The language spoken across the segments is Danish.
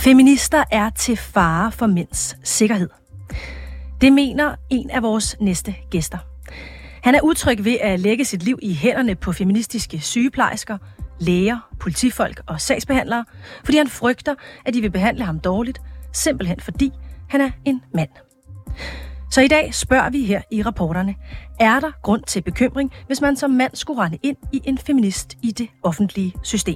Feminister er til fare for mænds sikkerhed. Det mener en af vores næste gæster. Han er utryg ved at lægge sit liv i hænderne på feministiske sygeplejersker, læger, politifolk og sagsbehandlere, fordi han frygter, at de vil behandle ham dårligt, simpelthen fordi han er en mand. Så i dag spørger vi her i Reporterne, er der grund til bekymring, hvis man som mand skulle rende ind i en feminist i det offentlige system?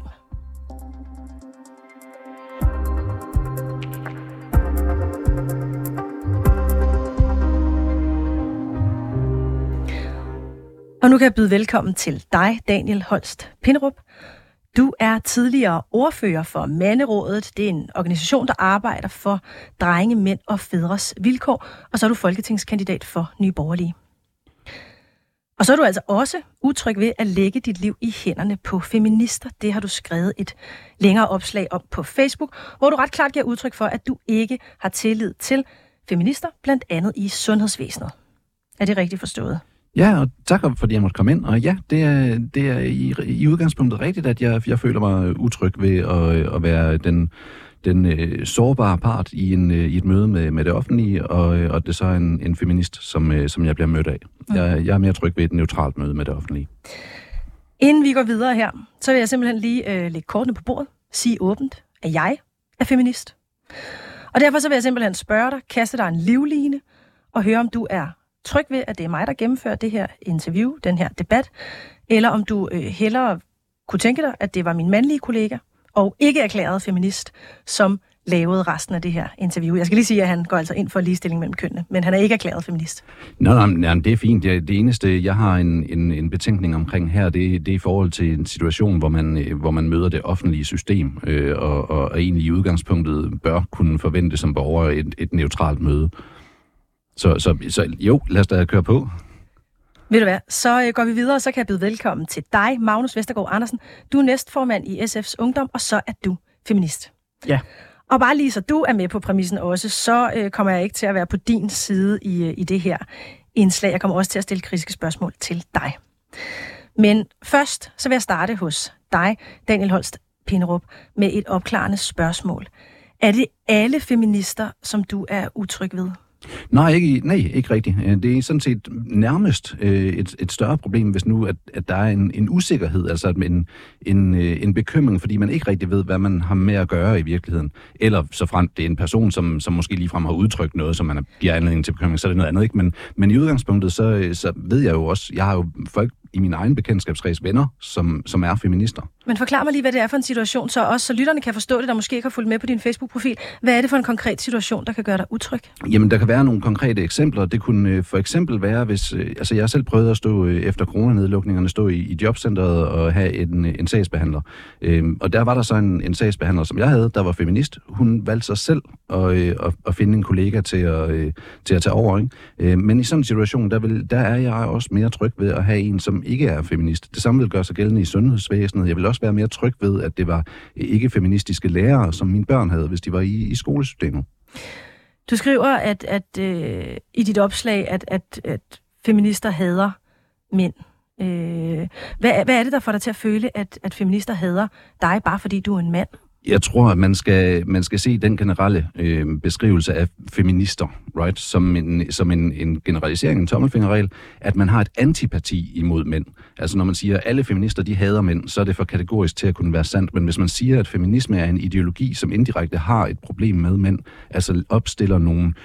Og nu kan jeg byde velkommen til dig, Daniel Holst Pinderup. Du er tidligere ordfører for Manderådet. Det er en organisation, der arbejder for drenge, mænd og fædres vilkår. Og så er du folketingskandidat for Nye Borgerlige. Og så er du altså også utryg ved at lægge dit liv i hænderne på feminister. Det har du skrevet et længere opslag om på Facebook, hvor du ret klart giver udtryk for, at du ikke har tillid til feminister, blandt andet i sundhedsvæsenet. Er det rigtigt forstået? Ja, og tak fordi jeg måtte komme ind. Og ja, det er i udgangspunktet rigtigt, at jeg føler mig utryg ved at være den sårbare part i et møde med det offentlige, og det så er en feminist, som jeg bliver mødt af. Jeg er mere tryg ved et neutralt møde med det offentlige. Inden vi går videre her, så vil jeg simpelthen lige lægge kortene på bordet, sige åbent, at jeg er feminist. Og derfor så vil jeg simpelthen spørge dig, kaste dig en livline, og høre om du er tryg ved, at det er mig, der gennemfører det her interview, den her debat, eller om du hellere kunne tænke dig, at det var min mandlige kollega, og ikke erklæret feminist, som lavede resten af det her interview. Jeg skal lige sige, at han går altså ind for ligestilling mellem kønnene, men han er ikke erklæret feminist. Nej, det er fint. Det eneste, jeg har en betænkning omkring her, det er i forhold til en situation, hvor man møder det offentlige system, og egentlig i udgangspunktet bør kunne forvente som borger et neutralt møde. Så jo, lad os da køre på. Ved du hvad, så går vi videre, så kan jeg byde velkommen til dig, Magnus Vestergaard Andersen. Du er næstformand i SF's Ungdom, og så er du feminist. Ja. Og bare lige så du er med på præmissen også, så kommer jeg ikke til at være på din side i det her indslag. Jeg kommer også til at stille kritiske spørgsmål til dig. Men først, så vil jeg starte hos dig, Daniel Holst Pinderup, med et opklarende spørgsmål. Er det alle feminister, som du er utryg ved? Nej, ikke rigtigt. Det er sådan set nærmest et større problem, hvis nu, at der er en usikkerhed, altså en bekymring, fordi man ikke rigtig ved, hvad man har med at gøre i virkeligheden. Eller såfremt det er en person, som måske ligefrem har udtrykt noget, som man giver anledning til bekymring, så er det noget andet, ikke? Men i udgangspunktet, så ved jeg jo også, jeg har jo folk i min egen bekendtskabskreds venner, som er feminister. Men forklar mig lige, hvad det er for en situation, så lytterne kan forstå det, der måske ikke har fulgt med på din Facebook-profil. Hvad er det for en konkret situation, der kan gøre dig utryg? Jamen, der kan være nogle konkrete eksempler. Det kunne for eksempel være, hvis... jeg har selv prøvet at stå efter coronanedlukningerne, stå i jobcentret og have en sagsbehandler. Og der var der så en sagsbehandler, som jeg havde, der var feminist. Hun valgte sig selv at finde en kollega til at tage over, ikke? Men i sådan en situation, der er jeg også mere tryg ved at have en, som ikke er feminist. Det samme vil gøre sig gældende i sundhedsvæsenet. Jeg vil også være mere tryg ved, at det var ikke-feministiske lærere, som mine børn havde, hvis de var i skolesystemet. Du skriver, at i dit opslag, at feminister hader mænd. Hvad er det, der får dig til at føle, at feminister hader dig, bare fordi du er en mand? Jeg tror, at man skal se den generelle beskrivelse af feminister, right, som en generalisering, en tommelfingerregel, at man har et antipati imod mænd. Altså når man siger, at alle feminister de hader mænd, så er det for kategorisk til at kunne være sandt. Men hvis man siger, at feminisme er en ideologi, som indirekte har et problem med mænd, altså opstiller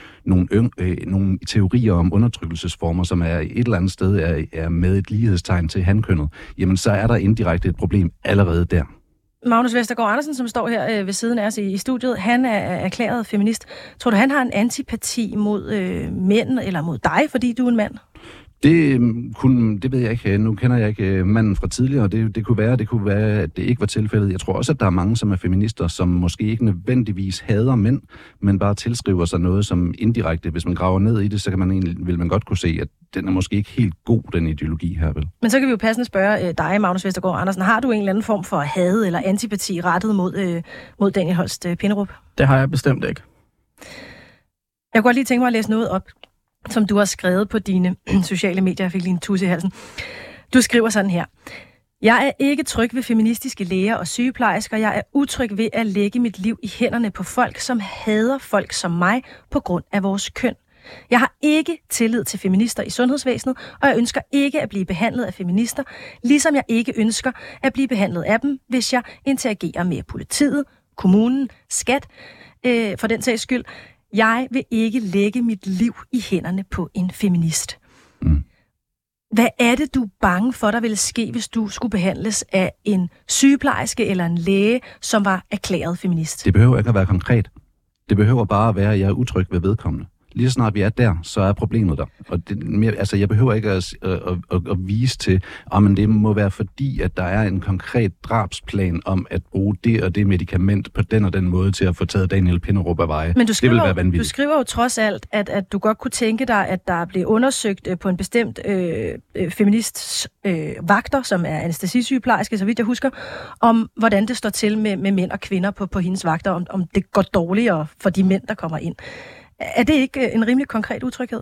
nogle teorier om undertrykkelsesformer, som er et eller andet sted er med et lighedstegn til hankønnet, jamen så er der indirekte et problem allerede der. Magnus Vestergaard Andersen, som står her ved siden af os i studiet, han er erklæret feminist. Tror du, han har en antipati mod mænd eller mod dig, fordi du er en mand? Det ved jeg ikke. Nu kender jeg ikke manden fra tidligere. Det kunne være, at det ikke var tilfældet. Jeg tror også, at der er mange, som er feminister, som måske ikke nødvendigvis hader mænd, men bare tilskriver sig noget, som indirekte, hvis man graver ned i det, så vil man godt kunne se, at den er måske ikke helt god, den ideologi her, vel? Men så kan vi jo passende spørge dig, Magnus Vestergaard Andersen. Har du en eller anden form for had eller antipati rettet mod Daniel Holst Pinderup? Det har jeg bestemt ikke. Jeg kunne godt lige tænke mig at læse noget op, som du har skrevet på dine sociale medier. Jeg fik lige en tusse i halsen. Du skriver sådan her. Jeg er ikke tryg ved feministiske læger og sygeplejersker. Jeg er utryg ved at lægge mit liv i hænderne på folk, som hader folk som mig på grund af vores køn. Jeg har ikke tillid til feminister i sundhedsvæsenet, og jeg ønsker ikke at blive behandlet af feminister, ligesom jeg ikke ønsker at blive behandlet af dem, hvis jeg interagerer med politiet, kommunen, skat, for den sags skyld. Jeg vil ikke lægge mit liv i hænderne på en feminist. Hvad er det, du er bange for, der ville ske, hvis du skulle behandles af en sygeplejerske eller en læge, som var erklæret feminist? Det behøver ikke at være konkret. Det behøver bare at være, at jeg er utryg ved vedkommende. Lige så snart vi er der, så er problemet der. Og det, jeg behøver ikke at vise til, men det må være fordi, at der er en konkret drabsplan om at bruge det og det medicament på den og den måde til at få taget Daniel Pinderup af veje. Men det vil være vanvittigt. Du skriver jo trods alt, at du godt kunne tænke dig, at der blev undersøgt på en bestemt feminists vagter, som er anæstesisygeplejerske, så vidt jeg husker, om hvordan det står til med mænd og kvinder på hendes vagter, om det går dårligere for de mænd, der kommer ind. Er det ikke en rimelig konkret utryghed?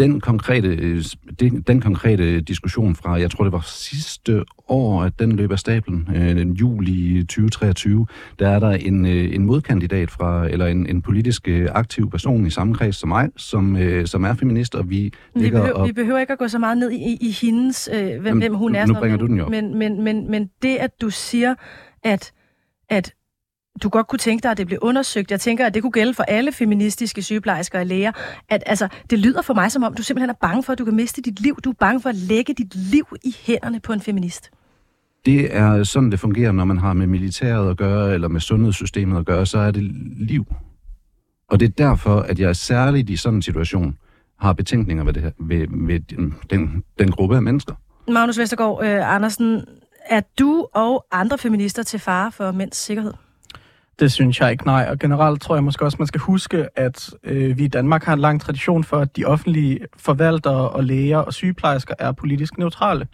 Den konkrete diskussion fra, jeg tror det var sidste år, at den løb af stablen, den juli 2023, der er der en modkandidat fra, eller en politisk aktiv person i samme kreds som mig, som er feminist, og vi behøver ikke at gå så meget ned i hendes, hvem hun er. Nu bringer du den jo. Men det, at du siger, at du godt kunne tænke dig, at det blev undersøgt. Jeg tænker, at det kunne gælde for alle feministiske sygeplejersker og læger. At, altså, det lyder for mig, som om du simpelthen er bange for, at du kan miste dit liv. Du er bange for at lægge dit liv i hænderne på en feminist. Det er sådan, det fungerer, når man har med militæret at gøre, eller med sundhedssystemet at gøre, så er det liv. Og det er derfor, at jeg særligt i sådan en situation har betænkninger ved den gruppe af mennesker. Magnus Vestergaard Andersen, er du og andre feminister til fare for mænds sikkerhed? Det synes jeg ikke, nej. Og generelt tror jeg måske også, man skal huske, at vi i Danmark har en lang tradition for, at de offentlige forvaltere og læger og sygeplejersker er politisk neutrale.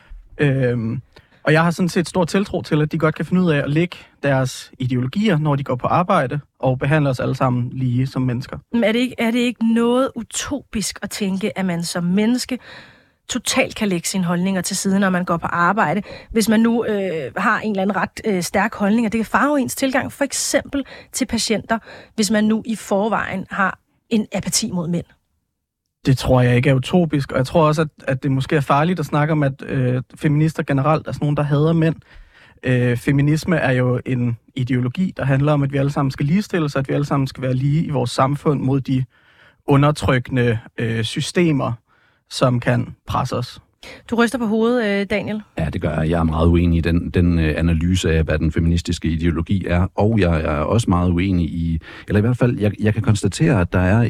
Og jeg har sådan set stor tiltro til, at de godt kan finde ud af at lægge deres ideologier, når de går på arbejde, og behandler os alle sammen lige som mennesker. Men er det ikke noget utopisk at tænke, at man som menneske totalt kan lægge sine holdninger til side, når man går på arbejde, hvis man nu har en eller anden ret stærk holdning, og det kan farve ens tilgang, for eksempel til patienter, hvis man nu i forvejen har en apati mod mænd? Det tror jeg ikke er utopisk, og jeg tror også, at det måske er farligt at snakke om, at feminister generelt er sådan nogen, der hader mænd. Feminisme er jo en ideologi, der handler om, at vi alle sammen skal ligestilles, at vi alle sammen skal være lige i vores samfund mod de undertrykkende systemer, som kan presse os. Du ryster på hovedet, Daniel. Ja, det gør jeg. Jeg er meget uenig i den analyse af, hvad den feministiske ideologi er, og jeg er også meget uenig i, eller i hvert fald, jeg kan konstatere, at der er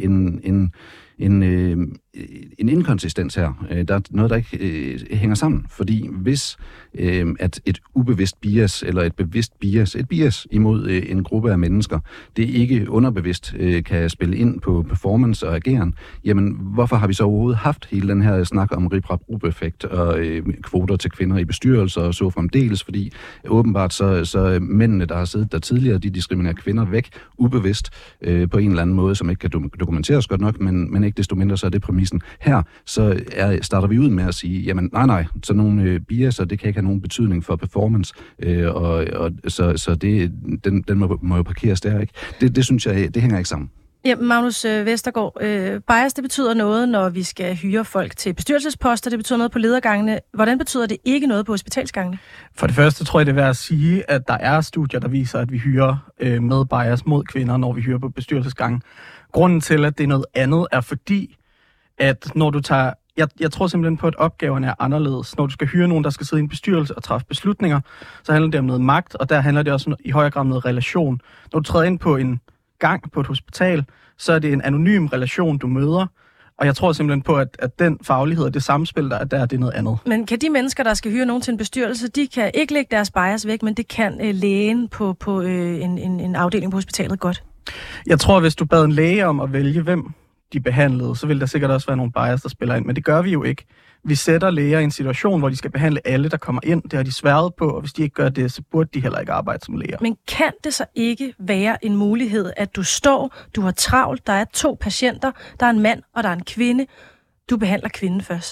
en inkonsistens her. Der er noget, der ikke hænger sammen, fordi hvis at et ubevidst bias, eller et bevidst bias, et bias imod en gruppe af mennesker, det ikke underbevidst kan spille ind på performance og ageren, jamen hvorfor har vi så overhovedet haft hele den her snak om Rip-Rap-Rup-effekt og kvoter til kvinder i bestyrelser og så fremdeles, fordi åbenbart så mændene, der har siddet der tidligere, de diskriminerer kvinder væk ubevidst på en eller anden måde, som ikke kan dokumenteres godt nok, men ikke desto mindre så er det præmissen. Her så starter vi ud med at sige, jamen nej, så nogle biaser, det kan ikke have nogen betydning for performance, så den må jo parkeres der, ikke? Det synes jeg, det hænger ikke sammen. Ja, Magnus Vestergaard, bias, det betyder noget, når vi skal hyre folk til bestyrelsesposter, det betyder noget på ledergangene. Hvordan betyder det ikke noget på hospitalsgangene? For det første tror jeg, det er værd at sige, at der er studier, der viser, at vi hyrer med bias mod kvinder, når vi hyrer på bestyrelsesgange. Grunden til, at det er noget andet, er fordi, at når du tager... Jeg tror simpelthen på, at opgaverne er anderledes. Når du skal hyre nogen, der skal sidde i en bestyrelse og træffe beslutninger, så handler det om noget magt, og der handler det også i højere grad om noget relation. Når du træder ind på en gang på et hospital, så er det en anonym relation, du møder. Og jeg tror simpelthen på, at den faglighed og det samspil, der er der, det er noget andet. Men kan de mennesker, der skal hyre nogen til en bestyrelse, de kan ikke lægge deres bias væk, men det kan lægen på en afdeling på hospitalet godt? Jeg tror, hvis du bad en læge om at vælge, hvem de behandlede, så vil der sikkert også være nogle bias, der spiller ind. Men det gør vi jo ikke. Vi sætter læger i en situation, hvor de skal behandle alle, der kommer ind. Det har de sværet på, og hvis de ikke gør det, så burde de heller ikke arbejde som læger. Men kan det så ikke være en mulighed, at du har travlt, der er 2 patienter, der er en mand og der er en kvinde, du behandler kvinden først?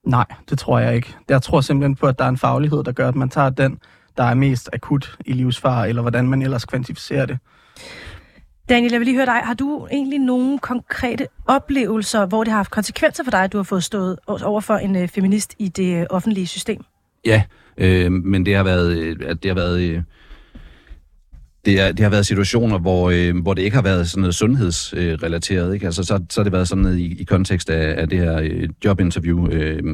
Nej, det tror jeg ikke. Jeg tror simpelthen på, at der er en faglighed, der gør, at man tager den, der er mest akut i livsfare, eller hvordan man ellers kvantificerer det. Daniel, jeg vil lige høre dig. Har du egentlig nogle konkrete oplevelser, hvor det har haft konsekvenser for dig, at du har fået stået over for en feminist i det offentlige system? Ja, men det har været situationer, hvor det ikke har været sådan noget sundhedsrelateret, ikke? Altså, så har det været sådan noget i kontekst af det her jobinterview,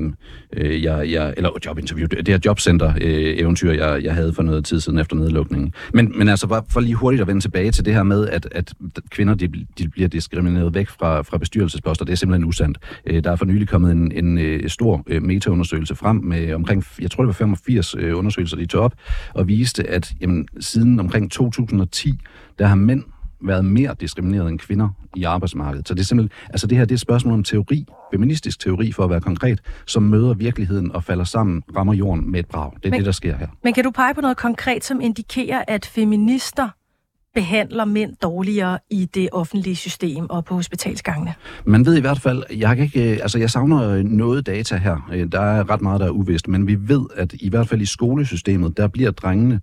det her jobcenter-eventyr, jeg havde for noget tid siden efter nedlukningen. Men altså, bare for lige hurtigt at vende tilbage til det her med, at kvinder de bliver diskrimineret væk fra bestyrelsesposter, det er simpelthen usandt. Der er for nylig kommet en stor metaundersøgelse frem med omkring, jeg tror det var 85 undersøgelser, de tog op, og viste, at jamen, siden omkring 2010, der har mænd været mere diskrimineret end kvinder i arbejdsmarkedet. Så det er simpelthen, altså det her, det er et spørgsmål om teori, feministisk teori for at være konkret, som møder virkeligheden og falder sammen, rammer jorden med et brag. Det er det, der sker her. Men kan du pege på noget konkret, som indikerer, at feminister behandler mænd dårligere i det offentlige system og på hospitalsgangene? Man ved i hvert fald, jeg savner noget data her. Der er ret meget, der er uvist, men vi ved, at i hvert fald i skolesystemet, der bliver drengene,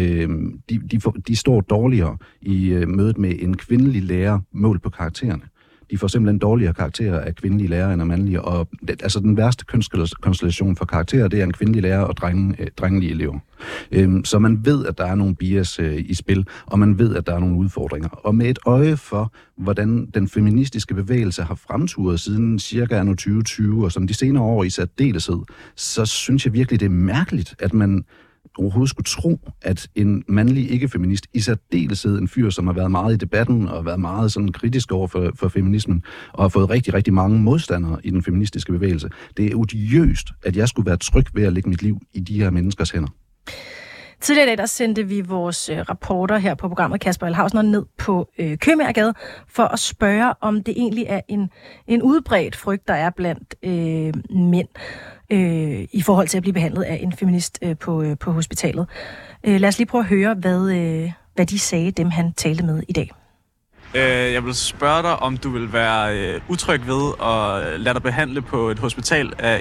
de står dårligere i mødet med en kvindelig lærer målt på karaktererne. De får simpelthen dårligere karakterer af kvindelige lærere end af mandlige, og altså den værste kønskonstellation for karakterer, det er en kvindelig lærer og drengelige elever. Så man ved, at der er nogle bias i spil, og man ved, at der er nogle udfordringer. Og med et øje for, hvordan den feministiske bevægelse har fremturet siden cirka anno 2020, og som de senere år i særdeleshed, så synes jeg virkelig, det er mærkeligt, at man overhovedet skulle tro, at en mandlig ikke-feminist, i særdeleshed en fyr, som har været meget i debatten og været meget sådan kritisk over for feminismen, og har fået rigtig, rigtig mange modstandere i den feministiske bevægelse. Det er odiøst, at jeg skulle være tryg ved at lægge mit liv i de her menneskers hænder. Tidligere i dag, der sendte vi vores rapporter her på programmet, Kasper L. Hausner, ned på Købmagergade for at spørge, om det egentlig er en udbredt frygt, der er blandt mænd i forhold til at blive behandlet af en feminist på hospitalet. Lad os lige prøve at høre, hvad de sagde, dem han talte med i dag. Jeg vil spørge dig, om du vil være utryg ved at lade dig behandle på et hospital af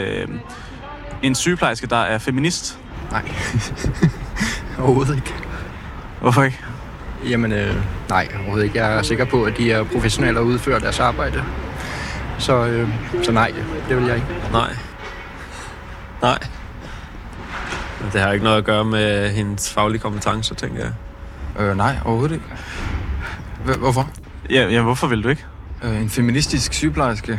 en sygeplejerske, der er feminist? Nej, overhovedet ikke. Hvorfor ikke? Jamen, nej, overhovedet ikke. Jeg er sikker på, at de er professionelle og udfører deres arbejde. Så nej, det vil jeg ikke. Nej. Det har ikke noget at gøre med hendes faglige kompetencer, tænker jeg. Nej, overhovedet ikke. Hvorfor? Ja, hvorfor vil du ikke? En feministisk sygeplejerske,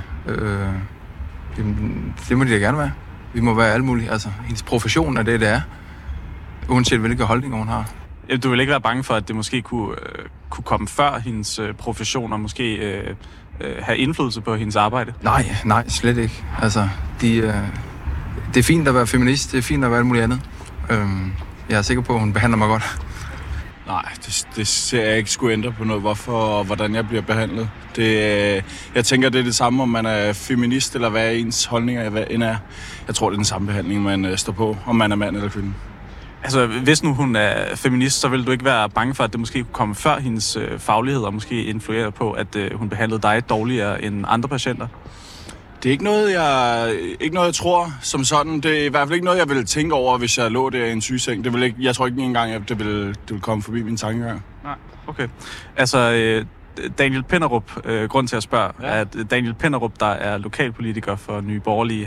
det må de da gerne være. Vi må være alle mulige. Altså, hendes profession er det er. Uanset hvilke holdninger hun har. Du vil ikke være bange for, at det måske kunne komme før hendes profession, og måske have indflydelse på hendes arbejde? Nej, slet ikke. Altså, det er fint at være feminist, det er fint at være alt muligt andet. Jeg er sikker på, at hun behandler mig godt. Nej, det ser jeg ikke skulle ændre på noget, hvorfor og hvordan jeg bliver behandlet. Jeg tænker, det er det samme, om man er feminist, eller hvad ens holdninger end er. Jeg tror, det er den samme behandling, man står på, om man er mand eller kvinde. Altså, hvis nu hun er feminist, så vil du ikke være bange for, at det måske kunne komme før hendes faglighed, og måske influere på, at hun behandlede dig dårligere end andre patienter? Det er ikke noget, jeg tror som sådan. Det er i hvert fald ikke noget, jeg ville tænke over, hvis jeg lå der i en sygeseng. Jeg tror ikke engang, at det vil komme forbi min tankegang. Nej, okay. Altså, Daniel Pinderup, grund til at spørge, at Daniel Pinderup, der er lokalpolitiker for Nye Borgerlige,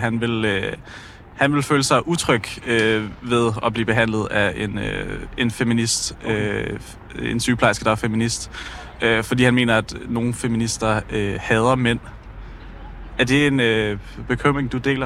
han vil føle sig utryg ved at blive behandlet af en feminist, en sygeplejerske, der er feminist, fordi han mener, at nogle feminister hader mænd. Er det en bekymring, du deler?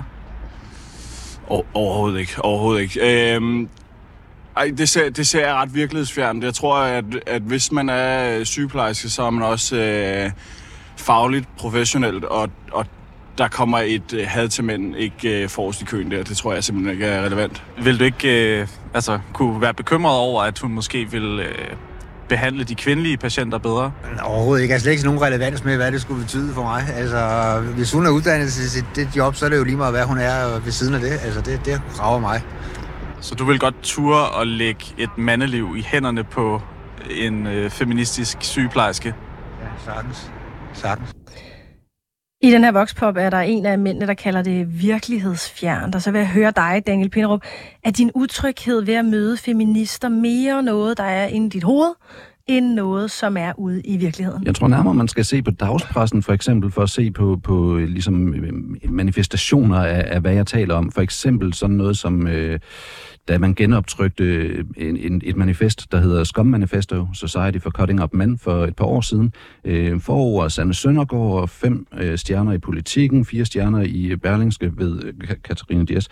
Overhovedet ikke. Det ser jeg ret virkelighedsfjernt. Jeg tror, at hvis man er sygeplejerske, så er man også fagligt, professionelt, og der kommer et had til mænd ikke forrest i køen der. Det tror jeg simpelthen ikke er relevant. Vil du ikke kunne være bekymret over, at hun måske vil behandle de kvindelige patienter bedre? Overhovedet ikke. Jeg har slet ikke nogen relevans med, hvad det skulle betyde for mig. Altså, hvis hun er uddannet til sit job, så er det jo lige meget, hvad hun er ved siden af det. Altså, det rager mig. Så du vil godt ture og lægge et mandeliv i hænderne på en feministisk sygeplejerske? Ja, sagtens. I den her voxpop er der en af mændene, der kalder det virkelighedsfjernt. Og så vil jeg høre dig, Daniel Pinderup. Er din utryghed ved at møde feminister mere noget, der er inde i dit hoved, end noget, som er ude i virkeligheden? Jeg tror nærmere, man skal se på dagspressen, for eksempel, for at se på ligesom manifestationer af, hvad jeg taler om. For eksempel sådan noget som... da man genoptrykte et manifest, der hedder SCUM Manifesto, Society for Cutting Up Men, for et par år siden. Forover Sanne Søndergaard og 5 stjerner i Politikken, 4 stjerner i Berlingske ved Katarina Dias.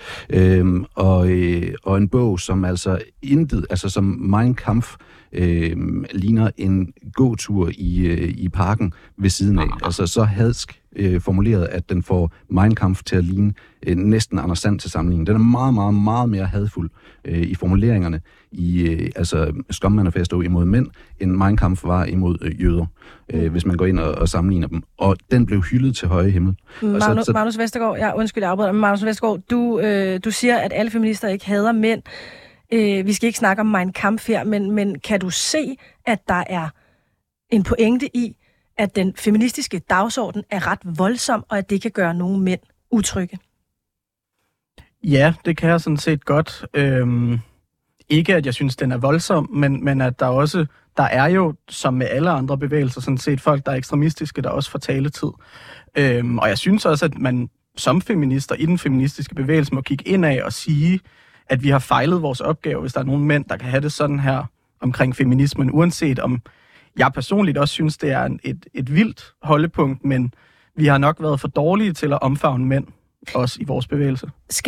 Og en bog, som altså intet, altså som Mein Kampf, ligner en gåtur i parken ved siden af. Altså så hadsk formuleret, at den får Mein Kampf til at ligne næsten Anders Sand til sammenligning. Den er meget, meget, meget mere hadfuld i formuleringerne i SCUM Manifesto imod mænd, end Mein Kampf var imod jøder, hvis man går ind og sammenligner dem. Og den blev hyldet til høje himmel. Magnus Vestergaard, undskyld, jeg afbryder, men Magnus Vestergaard, du siger, at alle feminister ikke hader mænd. Vi skal ikke snakke om Mein Kampf her, men kan du se, at der er en pointe i, at den feministiske dagsorden er ret voldsom, og at det kan gøre nogle mænd utrygge? Ja, det kan jeg sådan set godt. Ikke at jeg synes, den er voldsom, men at der er jo, som med alle andre bevægelser, sådan set folk, der er ekstremistiske, der også får taletid. Og jeg synes også, at man som feminister i den feministiske bevægelse må kigge indad og sige, at vi har fejlet vores opgave, hvis der er nogle mænd, der kan have det sådan her omkring feminismen, uanset om jeg personligt også synes, det er et vildt holdepunkt, men vi har nok været for dårlige til at omfavne mænd, også i vores bevægelse.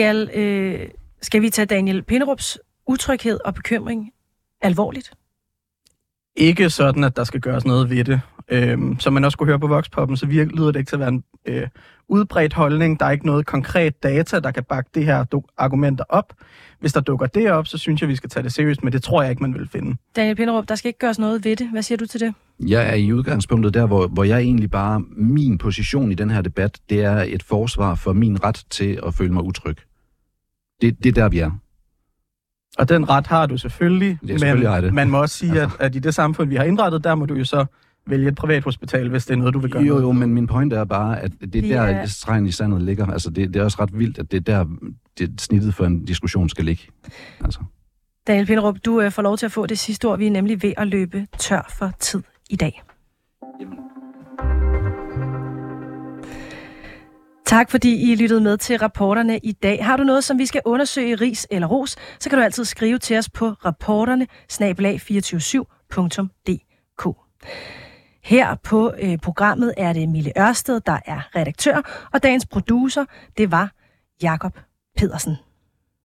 Skal vi tage Daniel Pinderups utryghed og bekymring alvorligt? Ikke sådan, at der skal gøres noget ved det. Som man også kunne høre på Voxpoppen, så lyder det ikke til at være en udbredt holdning. Der er ikke noget konkret data, der kan bakke det her argumenter op. Hvis der dukker det op, så synes jeg, vi skal tage det seriøst, men det tror jeg ikke, man vil finde. Daniel Pinderup, der skal ikke gøres noget ved det. Hvad siger du til det? Jeg er i udgangspunktet der, hvor jeg egentlig bare... Min position i den her debat, det er et forsvar for min ret til at føle mig utryg. Det er der, vi er. Og den ret har du selvfølgelig, men man må også sige, at i det samfund, vi har indrettet, der må du jo så vælge et privathospital, hvis det er noget, du vil gøre. Jo, men min pointe er bare, at det er der, stregen i sandet ligger. Altså, det er også ret vildt, at det er der, det snittet for en diskussion skal ligge. Altså. Daniel Pinderup, du får lov til at få det sidste ord. Vi er nemlig ved at løbe tør for tid i dag. Jamen. Tak fordi I lyttede med til Reporterne i dag. Har du noget, som vi skal undersøge i ris eller ros, så kan du altid skrive til os på reporterne@247.dk. Her på programmet er det Mille Ørsted, der er redaktør, og dagens producer, det var Jakob Pedersen.